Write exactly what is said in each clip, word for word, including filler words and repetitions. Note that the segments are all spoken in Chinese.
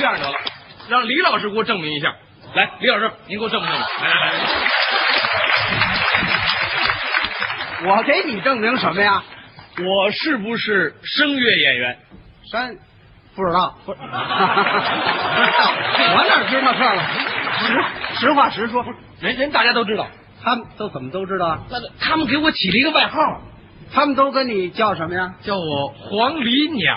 这样得了，让李老师给我证明一下。来，李老师，您给我证明证明。来来来， 我给你证明什么呀？ 我是不是声乐演员？ 山，不知道，不，不知道，我哪知道这了？实实话实说， 人人大家都知道， 他们都怎么都知道啊？ 那他们给我起了一个外号， 他们都跟你叫什么呀？ 叫我黄鹂鸟。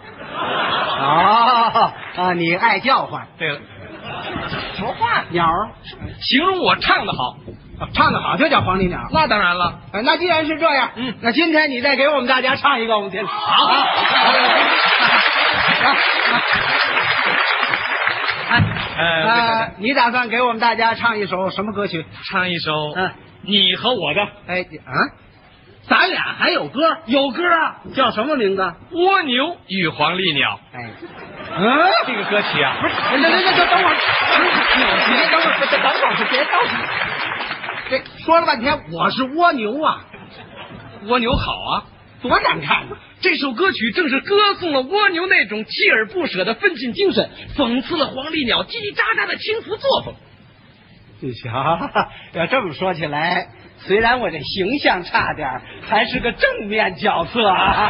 啊啊！你爱叫唤？ 对了，什么话？ 鸟， 形容我唱得好， 唱得好就叫黄鹂鸟。 那当然了。 哎，那既然是这样， 嗯， 那今天你再给我们大家唱一个，我们听。 好。 啊哎，呃，你打算给我们大家唱一首什么歌曲？ 唱一首， 嗯， 你和我的。 哎啊，咱俩还有歌？有歌啊，叫什么名字？ 蜗牛与黄鹂鸟。 哎，嗯， 这个歌曲啊， 不是，那那那就等会儿，你别等会儿，等会儿，别等会儿。这说了半天，我是蜗牛啊， 蜗牛好啊， 多难看！ 这首歌曲正是歌颂了蜗牛那种锲而不舍的奋进精神，讽刺了黄鹂鸟叽叽喳喳的轻浮作风。 你瞧，要这么说起来，虽然我这形象差点，还是个正面角色啊！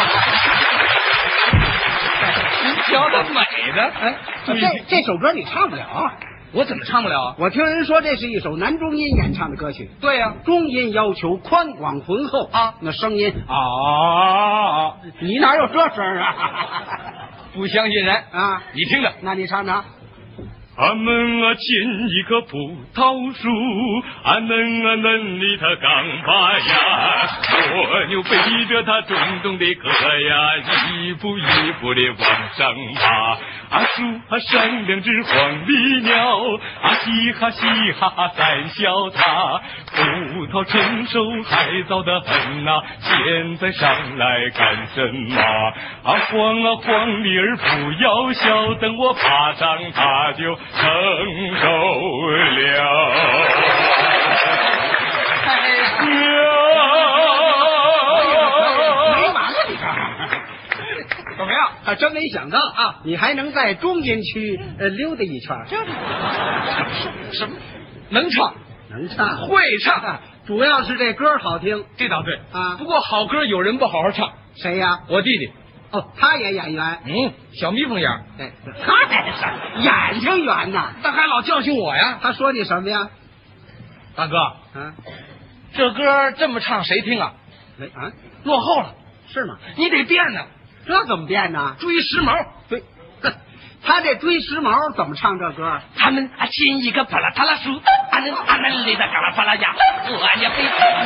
您瞧他美的， 哎，这这首歌你唱不了啊！ 我怎么唱不了啊？ 我听人说这是一首男中音演唱的歌曲。 对呀、啊， 中音要求宽广浑厚啊， 那声音啊，你哪有这声啊？ 不相信人啊， 你听着， 那你唱唱。 俺们啊建一棵葡萄树，俺们啊嫩里它刚发芽，蜗牛背着它重重的壳呀，一步一步的往上爬。啊树啊上两只黄鹂鸟，啊嘻哈嘻哈在笑它。葡萄成熟还早得很呐、啊，现在上来干什么？啊黄啊黄鹂儿不要笑，等我爬上它就成熟了。 哎呀，没完了，你看怎么样？ 还真没想到啊，你还能在中音区呃溜达一圈。 这什么能唱？ 能唱， 会唱， 主要是这歌好听。 这倒对啊。 不过好歌有人不好好唱。 谁呀？ 我弟弟。 哦，他也演员。 嗯，小蜜蜂眼。 哎，他才是眼睛圆呐， 他还老教训我呀。 他说你什么呀？ 大哥， 啊， 这歌这么唱谁听啊？ 哎啊， 落后了， 是吗？ 你得变呢。 这怎么变呢？ 追时髦。 对。他这追时髦怎么唱这歌？ 他们啊亲一个啪啦啪啦树，俺们俺们里的嘎啦啪啦呀，我也飞。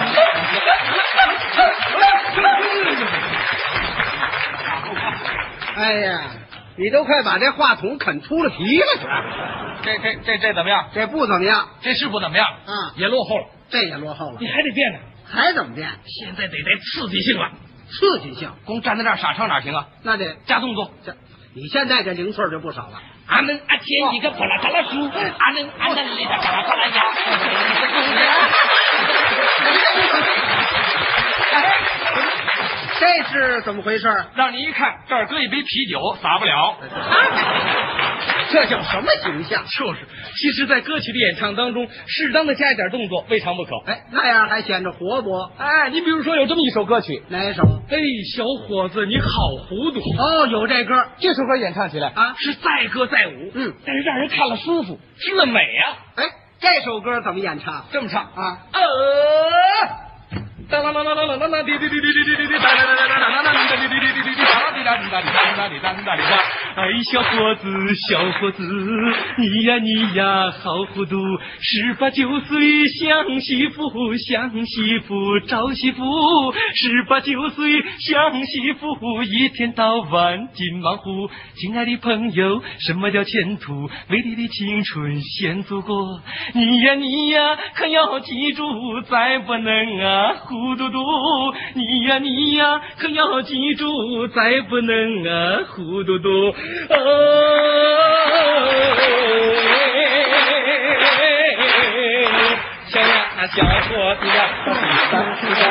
哎呀，你都快把这话筒啃秃了皮了， 这这这这怎么样？ 这不怎么样， 这是不怎么样啊， 也落后了， 这也落后了。 你还得变呢， 还怎么变？ 现在得得刺激性了， 刺激性， 光站在这儿傻唱哪行啊？ 那得加动作。 这你现在这零碎就不少了。 俺们啊牵一个啪啦啪啦树，俺们俺们里的啪啦啪啦呀。 这是怎么回事？ 让你一看这儿搁一杯啤酒，洒不了。 这叫什么形象？ 就是，其实，在歌曲的演唱当中，适当的加一点动作，未尝不可。 哎，那样还显得活泼。 哎，你比如说有这么一首歌曲， 哪一首？ 哎，小伙子，你好糊涂。 哦，有这歌。 这首歌演唱起来啊， 是载歌载舞， 嗯， 但是让人看了舒服，听了美啊。 哎，这首歌怎么演唱？ 这么唱啊， 呃。当当当当当当当当滴滴滴滴滴滴滴滴当当当当当当当滴滴滴滴滴滴滴当滴答滴答滴答滴答滴答滴答。哎，小伙子，小伙子，你呀你呀好糊涂，十八九岁想媳妇，想媳妇找媳妇，十八九岁想媳妇，一天到晚紧忙乎。亲爱的朋友，什么叫前途？美丽的青春献祖国。你呀你呀可要记住，再不能啊糊涂嘟，你呀你呀可要记住，再不能啊糊涂嘟。哦，小呀小伙子呀，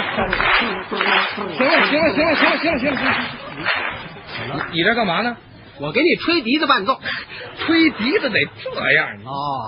行了行了行了行了行了行了行了，你这干嘛呢？ 我给你吹笛子伴奏。 吹笛子得这样， 哦，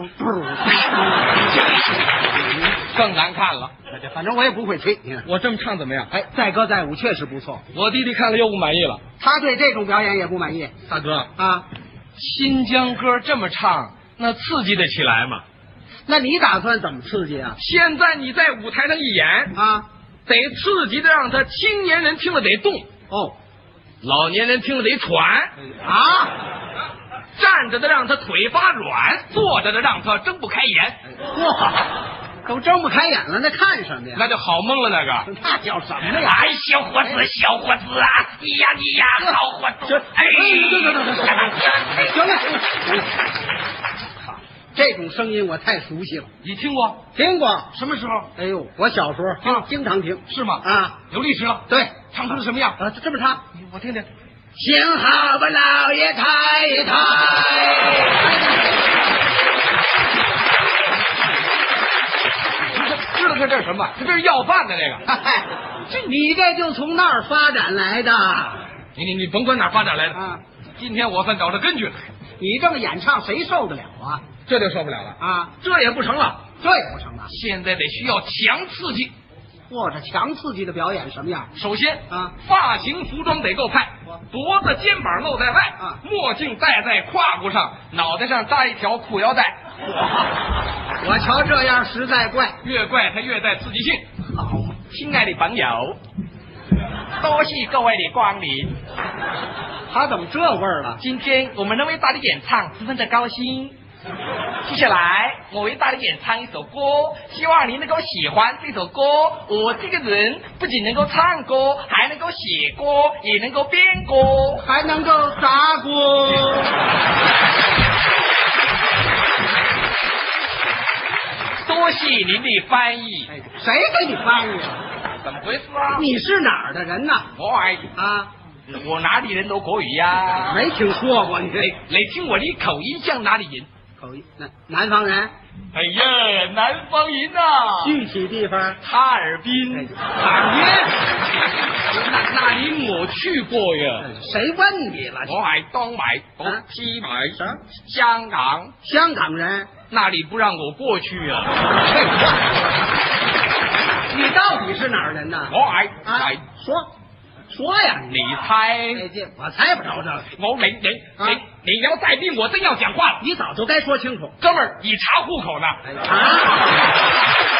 更难看了。 反正我也不会吹。 我这么唱怎么样？ 哎，载歌载舞确实不错。 我弟弟看了又不满意了， 他对这种表演也不满意。 大哥啊， 新疆歌这么唱，那刺激得起来吗？ 那你打算怎么刺激啊？ 现在你在舞台上一演啊， 得刺激的让他青年人听了得动， 哦， 老年人听了得喘啊， 站着的让他腿发软，坐着的让他睁不开眼。 哇，都睁不开眼了，那看什么呀？ 那就好蒙了，那个那叫什么呀？ 哎，小伙子，小伙子啊，你呀你呀，好伙子！哎， 行了，这种声音我太熟悉了。 你听过？ 听过。 什么时候？ 哎呦，我小时候听、啊、经常听。 是吗？ 啊， 有历史了。 对， 唱出是什么样？ 啊，这么唱， 我听听。 幸好把老爷抬抬。 知道他这是什么？他这是要饭的这个。 哎，这你这就从那儿发展来的。 你你你甭管哪儿发展来的啊！ 今天我算找着根据了。 你这么演唱，谁受得了啊？ 这就受不了了啊！ 这也不成了， 这也不成了。 现在得需要强刺激。 哇，这强刺激的表演什么样？ 首先啊， 发型服装得够派，脖子肩膀露在外， 啊， 墨镜戴在胯骨上，脑袋上扎一条裤腰带。 我瞧这样实在怪， 越怪他越带刺激性。 好， 亲爱的朋友，多谢各位的光临。 他怎么这味儿了？ 今天我们能为大家演唱，十分的高兴。接下来我为大家演唱一首歌，希望您能够喜欢这首歌。我这个人不仅能够唱歌，还能够写歌，也能够编歌， 还能够砸锅。 多谢您的翻译。 哎，谁给你翻译？ 怎么回事啊？ 你是哪儿的人呢？ 我哎啊， 我哪里人都国语呀？ 没听说过你这。 你你听我的口音像哪里人？ 口音南南方人。 哎呀，南方人呐、啊！ 具体地方？ 哈尔滨。 哈尔滨？那那里我去过呀。 谁问你了？ 我係東北、東西北、 啊、 香港。 香港人？ 那里不让我過去啊！ 你到底是哪儿人呢？ 我係啊，說說呀！ 你猜？ 我猜不着這個。 我你你你、啊、你要再逼我真要講話了， 你早就該說清楚。 哥們兒，你查戶口呢？ 啊！